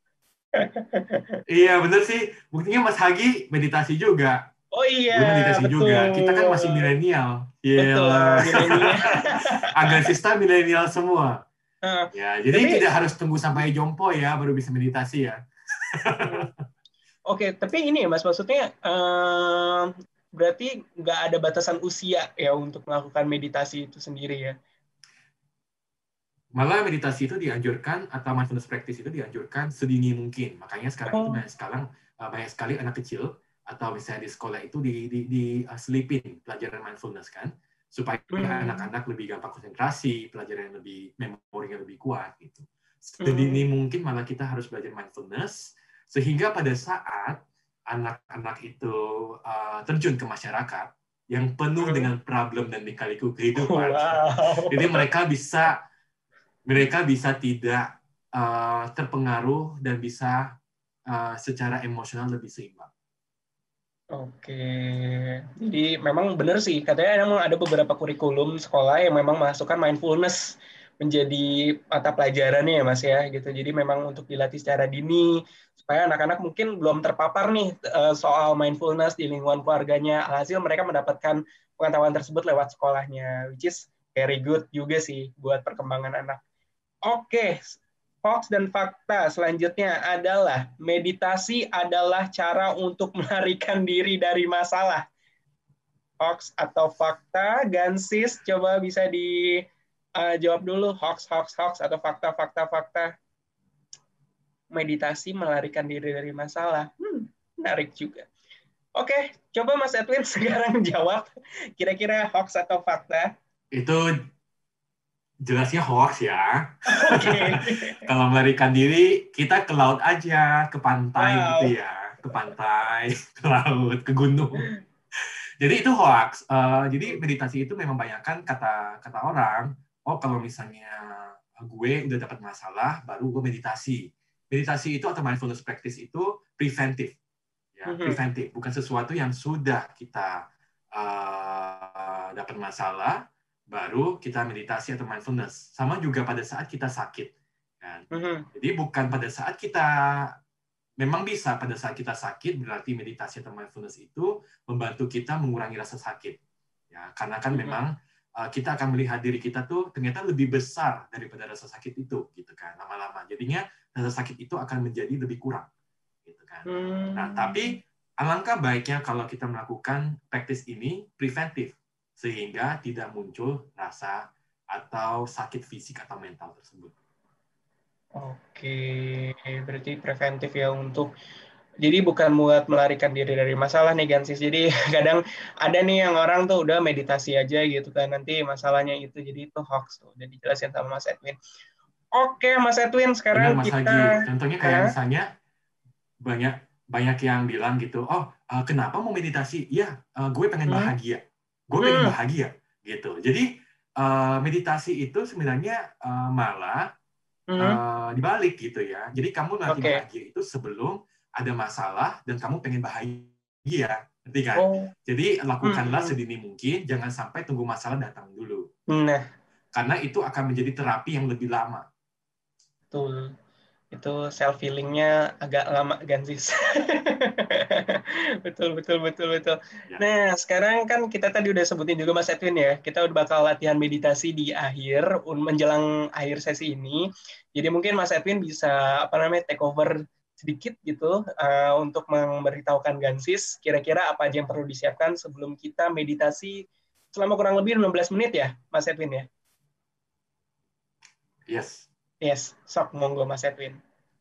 Iya, bener sih. Buktinya Mas Hagi meditasi juga. Oh iya, Gue meditasi betul. juga. Kita kan masih milenial. Betul, milenial. Agak sista milenial semua. Uh, ya, jadi tapi, tidak harus tunggu sampai jompo ya baru bisa meditasi ya. Oke, okay, tapi ini ya Mas, maksudnya uh, berarti nggak ada batasan usia ya untuk melakukan meditasi itu sendiri ya? Malah meditasi itu dianjurkan atau mindfulness practice itu dianjurkan sedini mungkin. Makanya sekarang oh. itu banyak sekarang banyak sekali anak kecil atau misalnya di sekolah itu di di, di uh, selipin pelajaran mindfulness kan, supaya hmm. anak-anak lebih gampang konsentrasi, pelajaran yang lebih memorinya lebih kuat gitu. Sedini hmm. mungkin malah kita harus belajar mindfulness sehingga pada saat anak-anak itu uh, terjun ke masyarakat yang penuh hmm. dengan problem dan lika-liku kehidupan, wow. jadi mereka bisa mereka bisa tidak uh, terpengaruh dan bisa uh, secara emosional lebih seimbang. Oke, jadi memang benar sih, katanya memang ada beberapa kurikulum sekolah yang memang masukkan mindfulness menjadi mata pelajarannya ya Mas ya, gitu. Jadi memang untuk dilatih secara dini, supaya anak-anak mungkin belum terpapar nih soal mindfulness di lingkungan keluarganya, alhasil mereka mendapatkan pengetahuan tersebut lewat sekolahnya, which is very good juga sih buat perkembangan anak. Oke, hoax dan fakta selanjutnya adalah meditasi adalah cara untuk melarikan diri dari masalah. Hoax atau fakta? Gansis, coba bisa dijawab uh, dulu. Hoax, hoax, hoax atau fakta, fakta, fakta. Meditasi melarikan diri dari masalah. Hmm, menarik juga. Oke, coba Mas Edwin sekarang jawab. Kira-kira hoax atau fakta? Itu jelasnya hoax ya. Okay. Kalau melarikan diri, kita ke laut aja, ke pantai wow. gitu ya. Ke pantai, ke laut, ke gunung. Jadi itu hoax. Uh, jadi meditasi itu memang banyakkan kata kata orang, oh kalau misalnya gue udah dapat masalah, baru gue meditasi. Meditasi itu atau mindfulness practice itu preventif. Ya, mm-hmm. preventif. Bukan sesuatu yang sudah kita uh, dapat masalah, baru kita meditasi atau mindfulness. Sama juga pada saat kita sakit. Kan? Mm-hmm. Jadi bukan pada saat kita, memang bisa pada saat kita sakit, berarti meditasi atau mindfulness itu membantu kita mengurangi rasa sakit. Ya, karena kan mm-hmm. memang uh, kita akan melihat diri kita tuh ternyata lebih besar daripada rasa sakit itu, gitu kan, lama-lama. Jadinya rasa sakit itu akan menjadi lebih kurang. Gitu kan. Mm-hmm. Nah, tapi alangkah baiknya kalau kita melakukan praktis ini preventif, sehingga tidak muncul rasa atau sakit fisik atau mental tersebut. Oke, berarti preventif ya untuk, jadi bukan buat melarikan diri dari masalah nih Gansis. Jadi kadang ada nih yang orang tuh udah meditasi aja gitu kan, nanti masalahnya itu, jadi itu hoax tuh. Udah dijelasin sama Mas Edwin. Oke Mas Edwin, sekarang benar, Mas kita... Haji. Contohnya kayak huh? misalnya banyak banyak yang bilang gitu, oh uh, kenapa mau meditasi? Ya, uh, gue pengen bahagia. Hmm? Gue pengen hmm. bahagia gitu. Jadi uh, meditasi itu sebenarnya uh, malah hmm. uh, dibalik gitu ya. Jadi kamu nanti okay. bahagia itu sebelum ada masalah dan kamu pengen bahagia. Ngerti kan? Oh. Jadi lakukanlah Hmm. sedini mungkin, jangan sampai tunggu masalah datang dulu. Nah, Karena itu akan menjadi terapi yang lebih lama. betul. Itu self healingnya agak lama Gansis. betul betul betul betul. Ya. Nah sekarang kan kita tadi udah sebutin juga Mas Edwin ya, kita udah bakal latihan meditasi di akhir menjelang akhir sesi ini. Jadi mungkin Mas Edwin bisa apa namanya take over sedikit gitu uh, untuk memberitahukan Gansis kira-kira apa aja yang perlu disiapkan sebelum kita meditasi selama kurang lebih lima belas menit ya Mas Edwin ya. Yes. Yes, sok monggo Mas Edwin.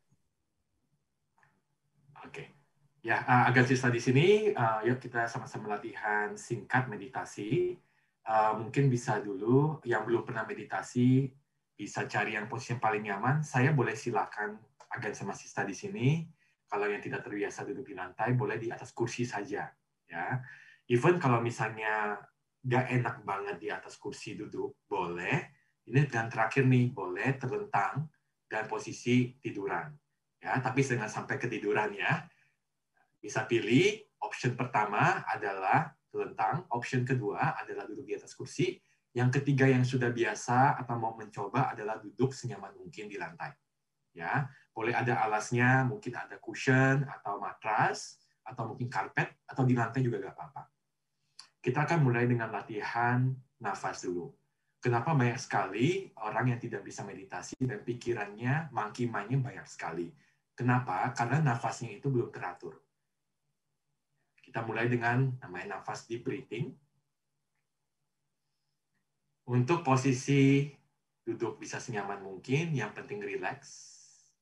Oke. Ya, uh, agak sisa di sini, uh, yuk kita sama-sama latihan singkat meditasi. Uh, mungkin bisa dulu, yang belum pernah meditasi, bisa cari yang posisi yang paling nyaman. Saya boleh silakan agan sama Sista di sini. Kalau yang tidak terbiasa duduk di lantai, boleh di atas kursi saja. Ya, even kalau misalnya nggak enak banget di atas kursi duduk, boleh. Ini dan terakhir nih, boleh terlentang dan posisi tiduran. Ya, tapi jangan sampai ketiduran ya. Bisa pilih, option pertama adalah terlentang, option kedua adalah duduk di atas kursi, yang ketiga yang sudah biasa atau mau mencoba adalah duduk senyaman mungkin di lantai. Ya, boleh ada alasnya, mungkin ada cushion atau matras, atau mungkin karpet, atau di lantai juga nggak apa-apa. Kita akan mulai dengan latihan nafas dulu. Kenapa banyak sekali orang yang tidak bisa meditasi dan pikirannya mangki-mangki banyak sekali. Kenapa? Karena nafasnya itu belum teratur. Kita mulai dengan namanya nafas deep breathing. Untuk posisi duduk bisa senyaman mungkin, yang penting relax.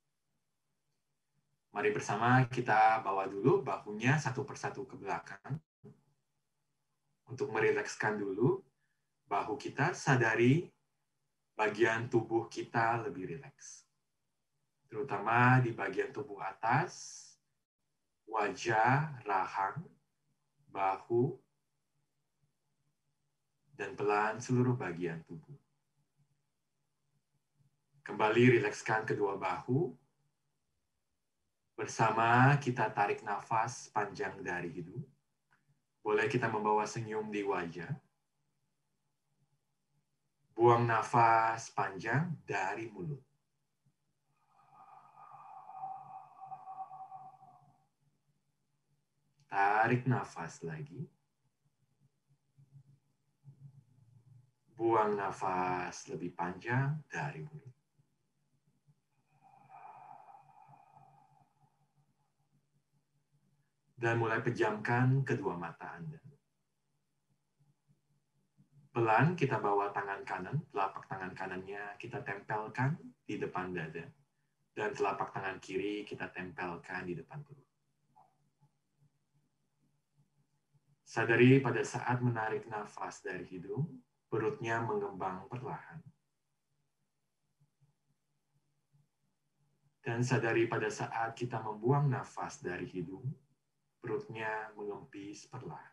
Mari bersama kita bawa dulu bahunya satu persatu ke belakang. Untuk merilekskan dulu bahu kita, sadari bagian tubuh kita lebih rileks. Terutama di bagian tubuh atas, wajah, rahang, bahu, dan pelan seluruh bagian tubuh. Kembali rilekskan kedua bahu. Bersama kita tarik nafas panjang dari hidung. Boleh kita membawa senyum di wajah. Buang nafas panjang dari mulut. Tarik nafas lagi. Buang nafas lebih panjang dari mulut. Dan mulai pejamkan kedua mata Anda. Pelan kita bawa tangan kanan, telapak tangan kanannya kita tempelkan di depan dada. Dan telapak tangan kiri kita tempelkan di depan perut. Sadari pada saat menarik nafas dari hidung, perutnya mengembang perlahan. Dan sadari pada saat kita membuang nafas dari hidung, perutnya mengempis perlahan.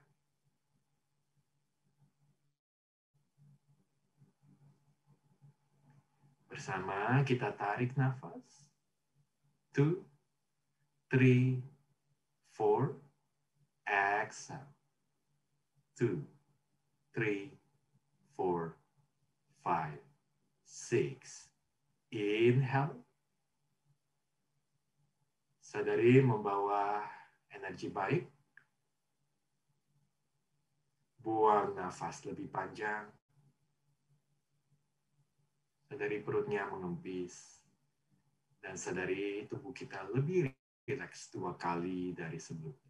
Bersama kita tarik nafas. Two, three, four. Exhale. Two, three, four, five, six. Inhale. Sadari membawa energi baik. Buang nafas lebih panjang. Sadari perutnya mengempis. Dan sadari tubuh kita lebih rileks dua kali dari sebelumnya.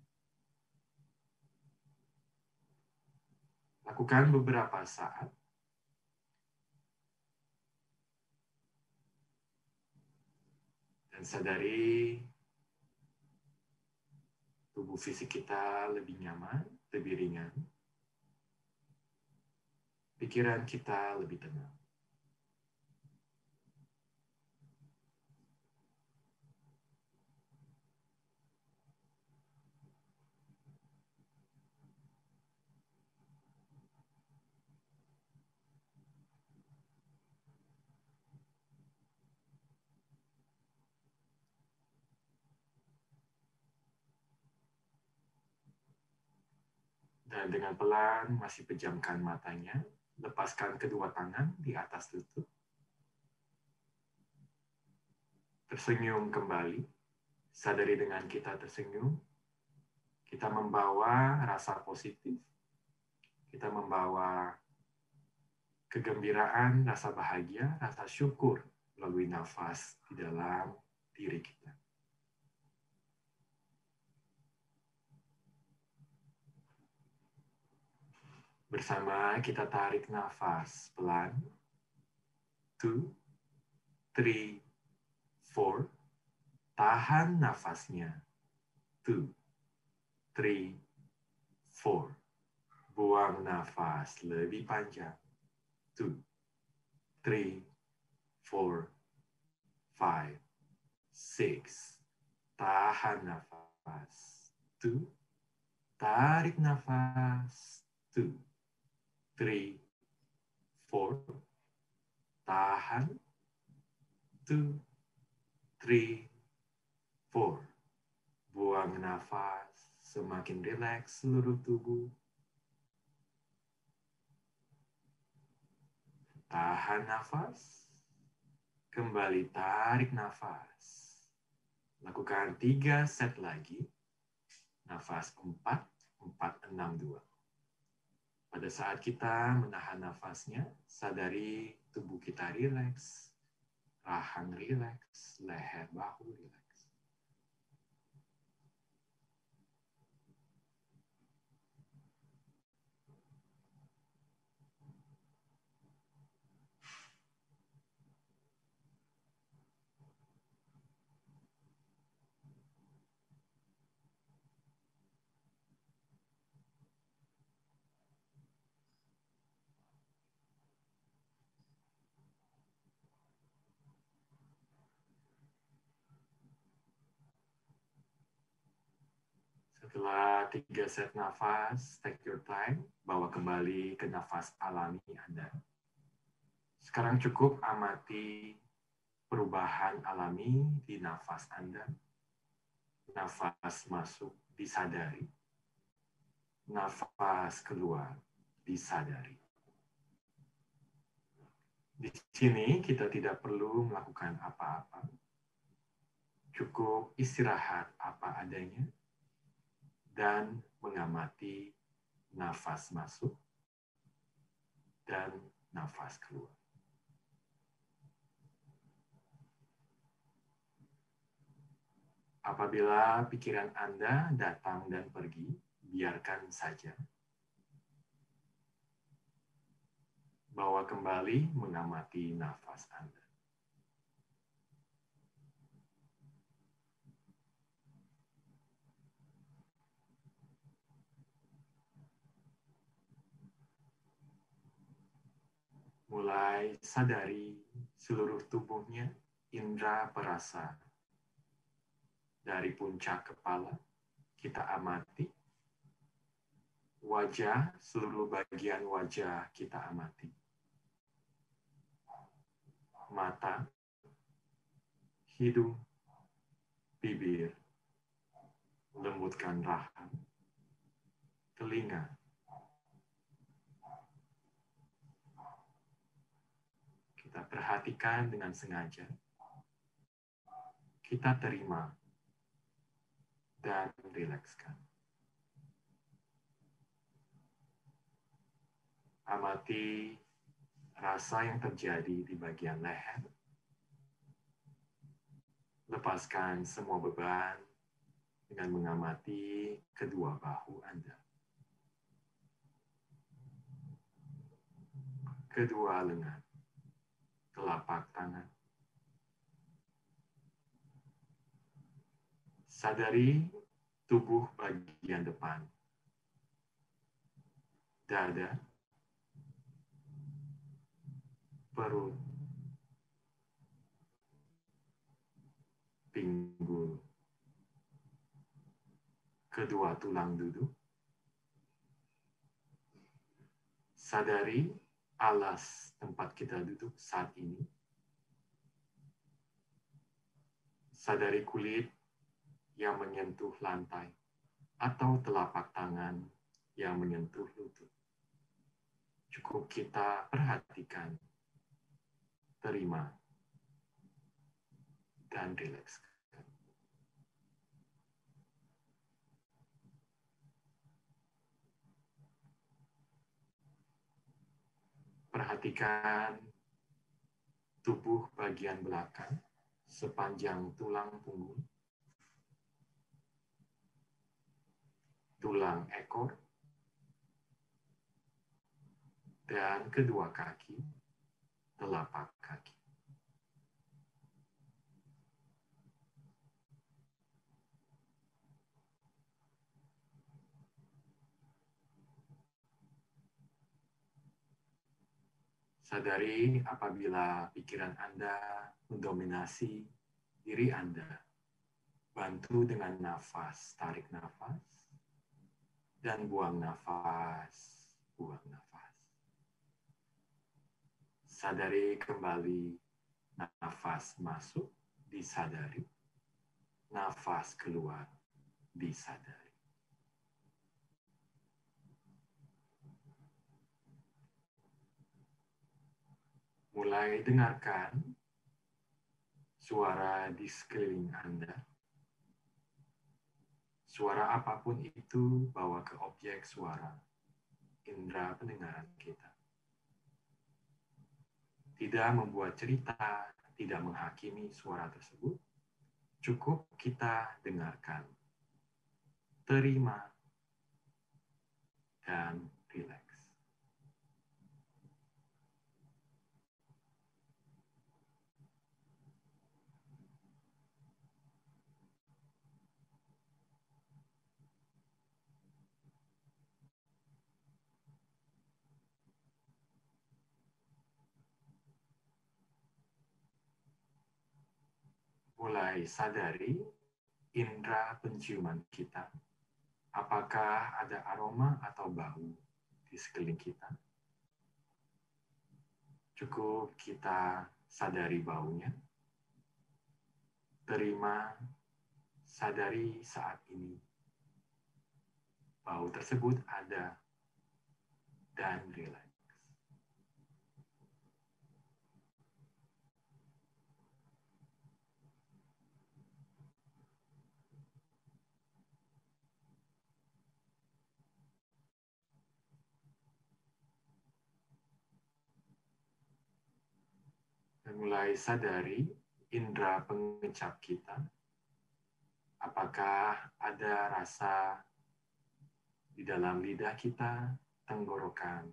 Lakukan beberapa saat. Dan sadari tubuh fisik kita lebih nyaman, lebih ringan. Pikiran kita lebih tenang. Dan dengan pelan masih pejamkan matanya, lepaskan kedua tangan di atas lutut. Tersenyum kembali, sadari dengan kita tersenyum, kita membawa rasa positif, kita membawa kegembiraan, rasa bahagia, rasa syukur melalui nafas di dalam diri kita. Bersama kita tarik nafas pelan. Two, three, four. Tahan nafasnya. Two, three, four. Buang nafas lebih panjang. Two, three, four, five, six. Tahan nafas. Two. Tarik nafas. Two, three, four. Tahan. Two, three, four. Buang nafas. Semakin rileks seluruh tubuh. Tahan nafas. Kembali tarik nafas. Lakukan tiga set lagi. Nafas empat, empat, enam, dua. Pada saat kita menahan nafasnya, sadari tubuh kita rileks, rahang rileks, leher bahu rileks. Setelah tiga set nafas, take your time, bawa kembali ke nafas alami Anda. Sekarang cukup amati perubahan alami di nafas Anda. Nafas masuk disadari. Nafas keluar disadari. Di sini kita tidak perlu melakukan apa-apa. Cukup istirahat apa adanya dan mengamati nafas masuk dan nafas keluar. Apabila pikiran Anda datang dan pergi, biarkan saja. Bawa kembali mengamati nafas Anda. Mulai sadari seluruh tubuhnya, indera perasa. Dari puncak kepala, kita amati. Wajah, seluruh bagian wajah kita amati. Mata, hidung, bibir, lembutkan rahang, telinga, kita perhatikan dengan sengaja, kita terima, dan rilekskan. Amati rasa yang terjadi di bagian leher. Lepaskan semua beban dengan mengamati kedua bahu Anda. Kedua lengan, telapak tangan. Sadari tubuh bagian depan. Dada, perut, pinggul, kedua tulang duduk. Sadari alas tempat kita duduk saat ini. Sadari kulit yang menyentuh lantai atau telapak tangan yang menyentuh lutut. Cukup kita perhatikan, terima, dan rilekskan. Perhatikan tubuh bagian belakang sepanjang tulang punggung, tulang ekor, dan kedua kaki, telapak kaki. Sadari apabila pikiran Anda mendominasi diri Anda. Bantu dengan nafas, tarik nafas, dan buang nafas, buang nafas. Sadari kembali nafas masuk, disadari. Nafas keluar, disadari. Mulai dengarkan suara di sekeliling Anda. Suara apapun itu bawa ke objek suara, indera pendengaran kita. Tidak membuat cerita, tidak menghakimi suara tersebut. Cukup kita dengarkan, terima, dan rileks. Mulai sadari indera penciuman kita. Apakah ada aroma atau bau di sekeliling kita? Cukup kita sadari baunya. Terima, sadari saat ini. Bau tersebut ada dan rileks. Dan mulai sadari indera pengecap kita. Apakah ada rasa di dalam lidah kita, tenggorokan?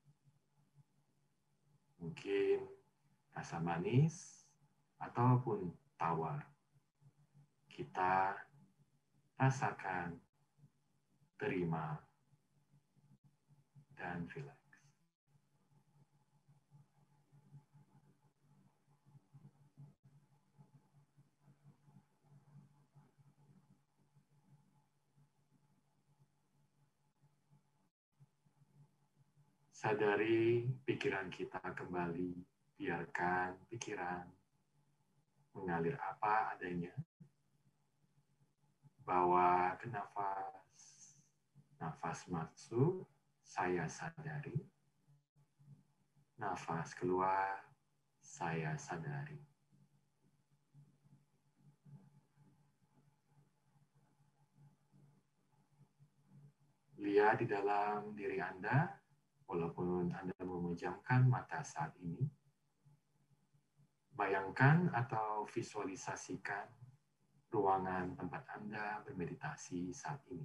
Mungkin rasa manis ataupun tawar. Kita rasakan, terima, dan rileks. Sadari pikiran kita kembali, biarkan pikiran mengalir apa adanya. Bawa ke nafas, nafas masuk, saya sadari. Nafas keluar, saya sadari. Lihat di dalam diri Anda, walaupun Anda memejamkan mata saat ini, bayangkan atau visualisasikan ruangan tempat Anda bermeditasi saat ini.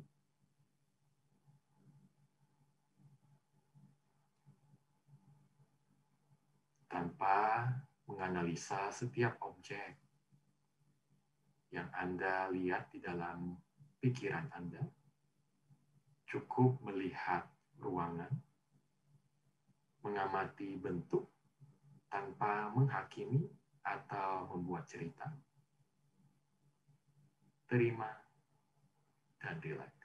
Tanpa menganalisa setiap objek yang Anda lihat di dalam pikiran Anda, cukup melihat ruangan, mengamati bentuk tanpa menghakimi atau membuat cerita. Terima dan rileks.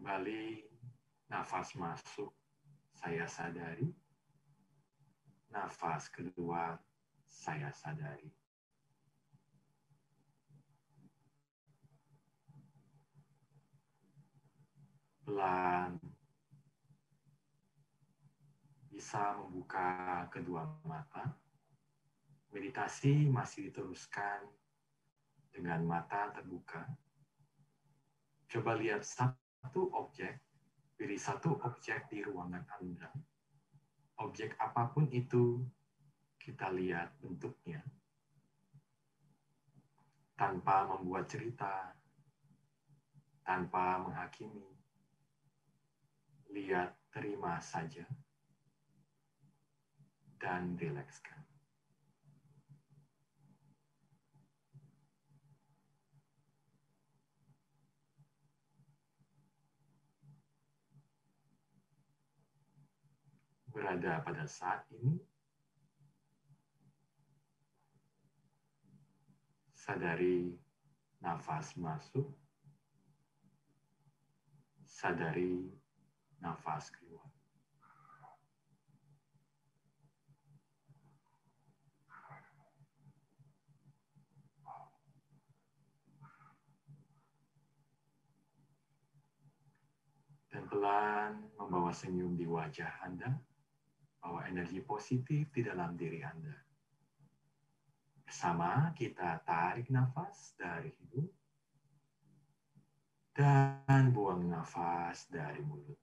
kembali, nafas masuk, saya sadari. Nafas keluar, saya sadari. Pelan, bisa membuka kedua mata. Meditasi masih diteruskan dengan mata terbuka. Coba lihat satu objek, pilih satu objek di ruangan Anda. Objek apapun itu, kita lihat bentuknya. Tanpa membuat cerita, tanpa menghakimi. Lihat, terima saja. Dan rilekskan. Berada pada saat ini, sadari nafas masuk, sadari nafas keluar. Dan pelan membawa senyum di wajah Anda, bawa energi positif di dalam diri Anda. Bersama kita tarik nafas dari hidung dan buang nafas dari mulut.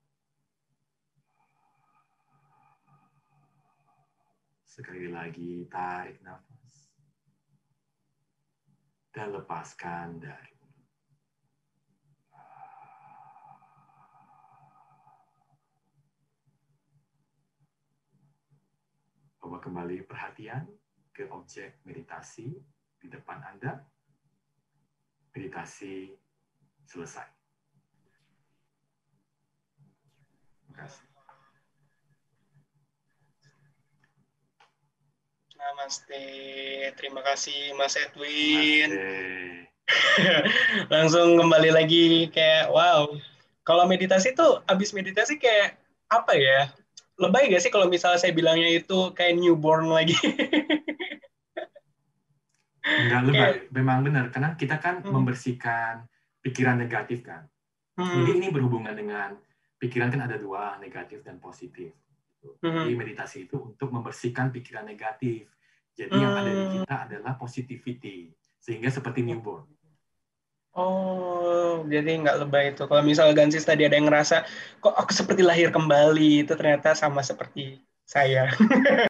Sekali lagi tarik nafas dan lepaskan dari mulut. Bawa kembali perhatian ke objek meditasi di depan Anda. Meditasi selesai. Terima kasih. Namaste. Terima kasih Mas Edwin. Namaste. Langsung kembali lagi kayak wow. Kalau meditasi tuh abis meditasi kayak apa ya? Lebay gak sih kalau misalnya saya bilangnya itu kayak newborn lagi? Enggak lebay, Kayak, memang benar. Karena kita kan hmm, membersihkan pikiran negatif kan. Jadi hmm, ini berhubungan dengan pikiran kan ada dua, negatif dan positif. Jadi hmm, meditasi itu untuk membersihkan pikiran negatif. Jadi yang ada di hmm. kita adalah positivity. Sehingga seperti newborn. Oh, jadi nggak lebay itu. Kalau misalnya Gansis tadi ada yang ngerasa, kok aku seperti lahir kembali, itu ternyata sama seperti saya.